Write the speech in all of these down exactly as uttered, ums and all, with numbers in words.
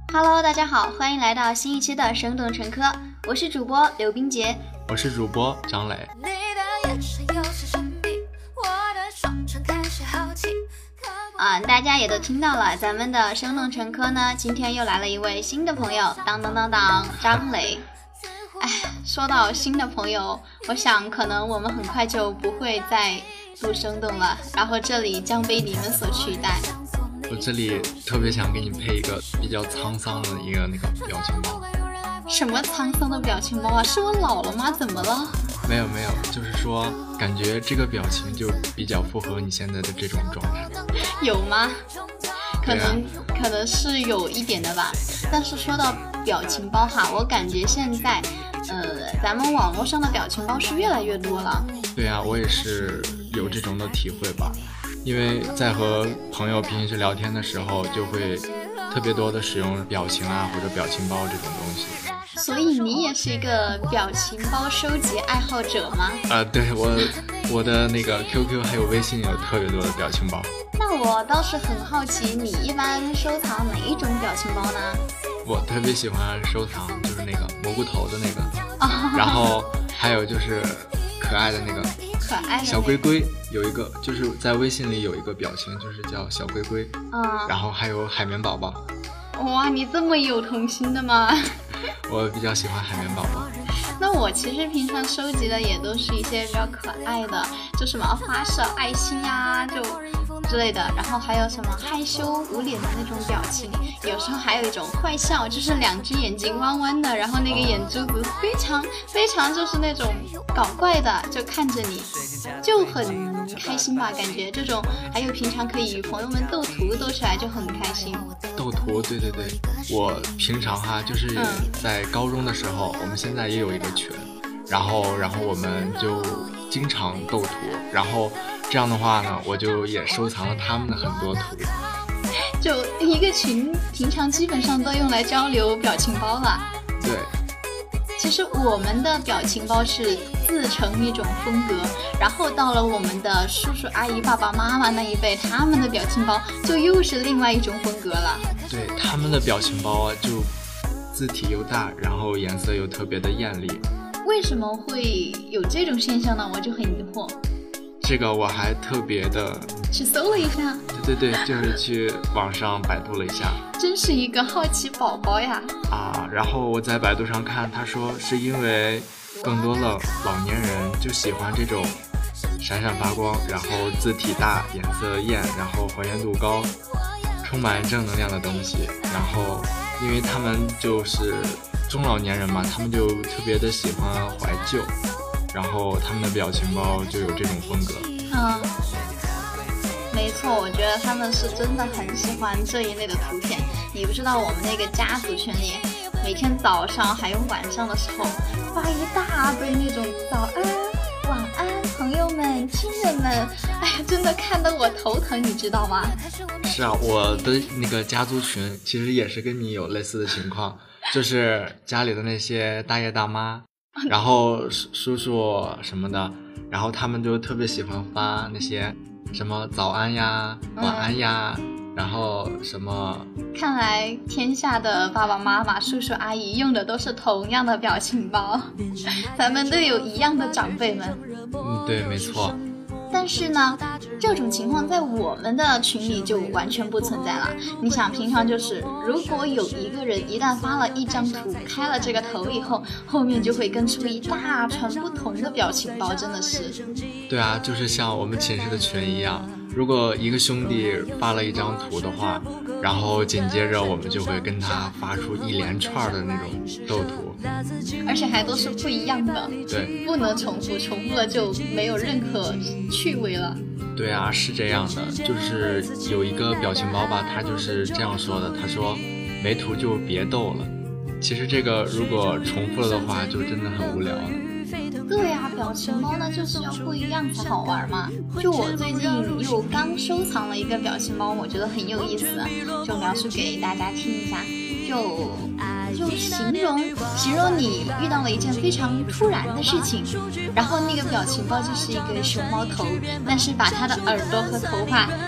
Hello， 大家好，欢迎来到新一期的生动成科，我是主播刘冰洁， 我是主播张磊。 啊，大家也都听到了，咱们的生动成科呢，今天又来了一位新的朋友，当当当当，张磊。哎，说到新的朋友，我想可能我们很快就不会再录生动了，然后这里将被你们所取代。 我这里特别想给你配一个比较沧桑的一个那个表情包。 什么沧桑的表情包啊？是我老了吗？怎么了？ 没有没有，就是说感觉这个表情就比较符合你现在的这种状态。 有吗？可能、啊、可能是有一点的吧。但是说到表情包哈，我感觉现在呃咱们网络上的表情包是越来越多了。 对啊，我也是有这种的体会吧。因为在和朋友平时聊天的时候，就会特别多的使用表情啊或者表情包这种东西。 所以你也是一个表情包收集爱好者吗？ 啊、呃，对，我我的那个 Q Q 还有微信有特别多的表情包。 那我倒是很好奇，你一般收藏哪一种表情包呢？ 我特别喜欢收藏就是那个蘑菇头的那个，哦、然后还有就是可爱的那个。 可爱的小龟龟有一个，就是在微信里有一个表情，就是叫小龟龟，嗯，然后还有海绵宝宝。 哇，你这么有童心的吗？ 我比较喜欢海绵宝宝。 那我其实平常收集的也都是一些比较可爱的，就什么花式爱心呀、啊，就之类的，然后还有什么害羞无脸的那种表情，有时候还有一种坏笑，就是两只眼睛弯弯的，然后那个眼珠子非常非常就是那种搞怪的，就看着你就很开心吧，感觉这种。还有平常可以与朋友们斗图斗起来就很开心。 斗图，对对对，我平常哈就是在高中的时候，嗯、我们现在也有一个群，然后然后我们就经常斗图，然后这样的话呢，我就也收藏了他们的很多图。 就一个群平常基本上都用来交流表情包了。 对， 其实我们的表情包是自成一种风格，然后到了我们的叔叔阿姨爸爸妈妈那一辈，他们的表情包就又是另外一种风格了。 对，他们的表情包啊，就字体又大，然后颜色又特别的艳丽。 为什么会有这种现象呢？我就很疑惑。 这个我还特别的去搜了一下。 对对对，就是去网上百度了一下。 真是一个好奇宝宝呀！ 啊，然后我在百度上看，他说是因为更多的老年人就喜欢这种闪闪发光，然后字体大、颜色艳，然后还原度高，充满正能量的东西。然后因为他们就是中老年人嘛，他们就特别的喜欢怀旧，然后他们的表情包就有这种风格。 嗯，没错，我觉得他们是真的很喜欢这一类的图片。你不知道我们那个家族群里，每天早上还有晚上的时候发一大堆那种早安、晚安，朋友们、亲人们，哎呀，真的看得我头疼，你知道吗？ 是啊，我的那个家族群其实也是跟你有类似的情况，就是家里的那些大爷大妈，然后叔叔什么的，然后他们就特别喜欢发那些什么早安呀、晚安呀、嗯、然后什么。 看来天下的爸爸妈妈、叔叔阿姨用的都是同样的表情包，咱们都有一样的长辈们。 嗯，对，没错。 但是呢，这种情况在我们的群里就完全不存在了。你想，平常就是如果有一个人一旦发了一张图，开了这个头以后，后面就会跟出一大串不同的表情包，真的是。 对啊，就是像我们寝室的群一样，如果一个兄弟发了一张图的话，然后紧接着我们就会跟他发出一连串的那种斗图， 而且还都是不一样的。 对， 不能重复，重复了就没有任何趣味了。 对啊，是这样的，就是有一个表情包吧，他就是这样说的，他说没图就别斗了。其实这个如果重复了的话，就真的很无聊了。 对呀、啊，表情包呢就是要不一样才好玩嘛。就我最近又刚收藏了一个表情包，我觉得很有意思，就描述给大家听一下。就就形容形容你遇到了一件非常突然的事情，然后那个表情包就是一个熊猫头，但是把它的耳朵和头发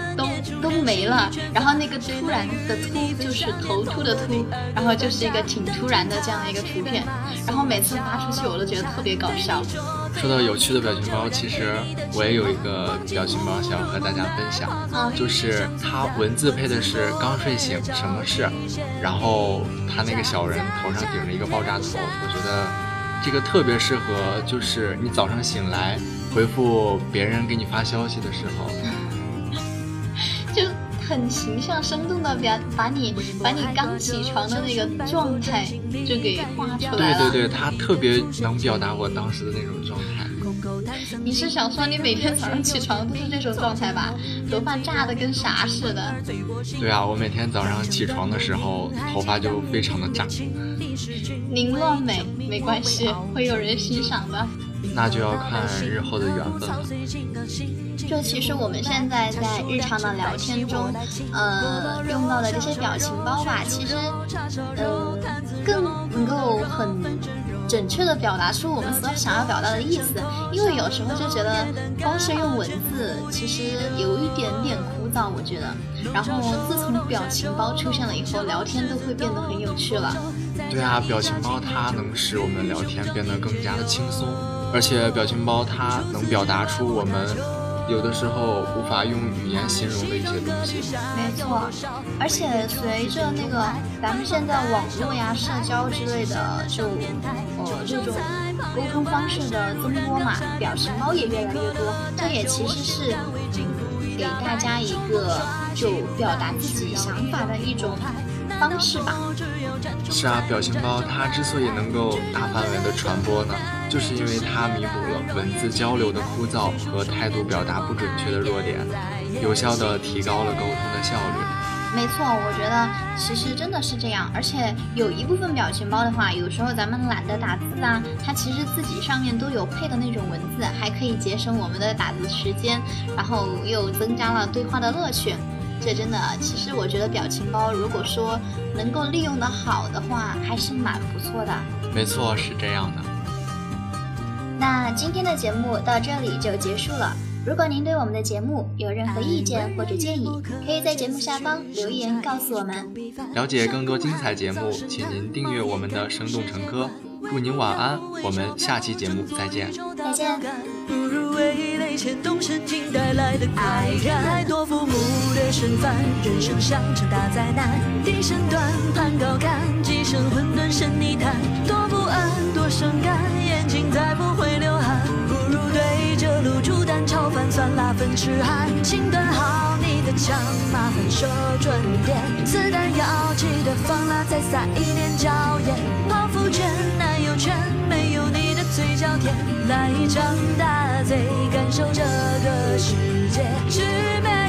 都都没了，然后那个突然的突就是头秃的秃，然后就是一个挺突然的这样的一个图片，然后每次发出去我都觉得特别搞笑。 说到有趣的表情包，其实我也有一个表情包想和大家分享， 嗯、 就是它文字配的是刚睡醒什么事，然后他那个小人头上顶着一个爆炸头，我觉得这个特别适合就是你早上醒来回复别人给你发消息的时候， 就很形象生动的表把你把你刚起床的那个状态就给画出来了。 对对对，他特别能表达我当时的那种状态。 你是想说你每天早上起床都是这种状态吧？头发炸的跟啥似的。 对啊，我每天早上起床的时候头发就非常的炸。 您乱美没关系，会有人欣赏的。 那就要看日后的缘分了。 就其实我们现在在日常的聊天中，呃，用到的这些表情包吧，其实，呃，更能够很准确的表达出我们所想要表达的意思。因为有时候就觉得光是用文字，其实有一点点枯燥，我觉得。然后自从表情包出现了以后，聊天都会变得很有趣了。 对啊，表情包它能使我们聊天变得更加的轻松。而且表情包它能表达出我们有的时候无法用语言形容的一些东西。 没错，而且随着那个咱们现在网络呀、社交之类的，就呃这种沟通方式的增多嘛，表情包也越来越多。这也其实是嗯给大家一个就表达自己想法的一种方式吧。 是啊，表情包它之所以能够大范围的传播呢，就是因为它弥补了文字交流的枯燥和态度表达不准确的弱点，有效的提高了沟通的效率。 没错，我觉得其实真的是这样，而且有一部分表情包的话，有时候咱们懒得打字啊，它其实自己上面都有配的那种文字，还可以节省我们的打字时间，然后又增加了对话的乐趣。这真的，其实我觉得表情包如果说能够利用的好的话，还是蛮不错的。 没错，是这样的。 那今天的节目到这里就结束了。如果您对我们的节目有任何意见或者建议，可以在节目下方留言告诉我们。 了解更多精彩节目，请您订阅我们的生动成科。祝您晚安，我们下期节目再见。 再见。 不如味蕾牵动神经带来的快感，多父母的盛饭，人生像场大灾难，低声端盘高看，几声混沌神泥潭，多不安多伤感，眼睛再不会流汗，不如对着卤煮蛋炒饭，酸辣粉吃汉，请端好你的枪，麻烦说准点，子弹要记得放辣，再撒一点椒盐，泡芙圈奶油圈没有你的嘴角甜，来一场大贼，感受这个世界之美。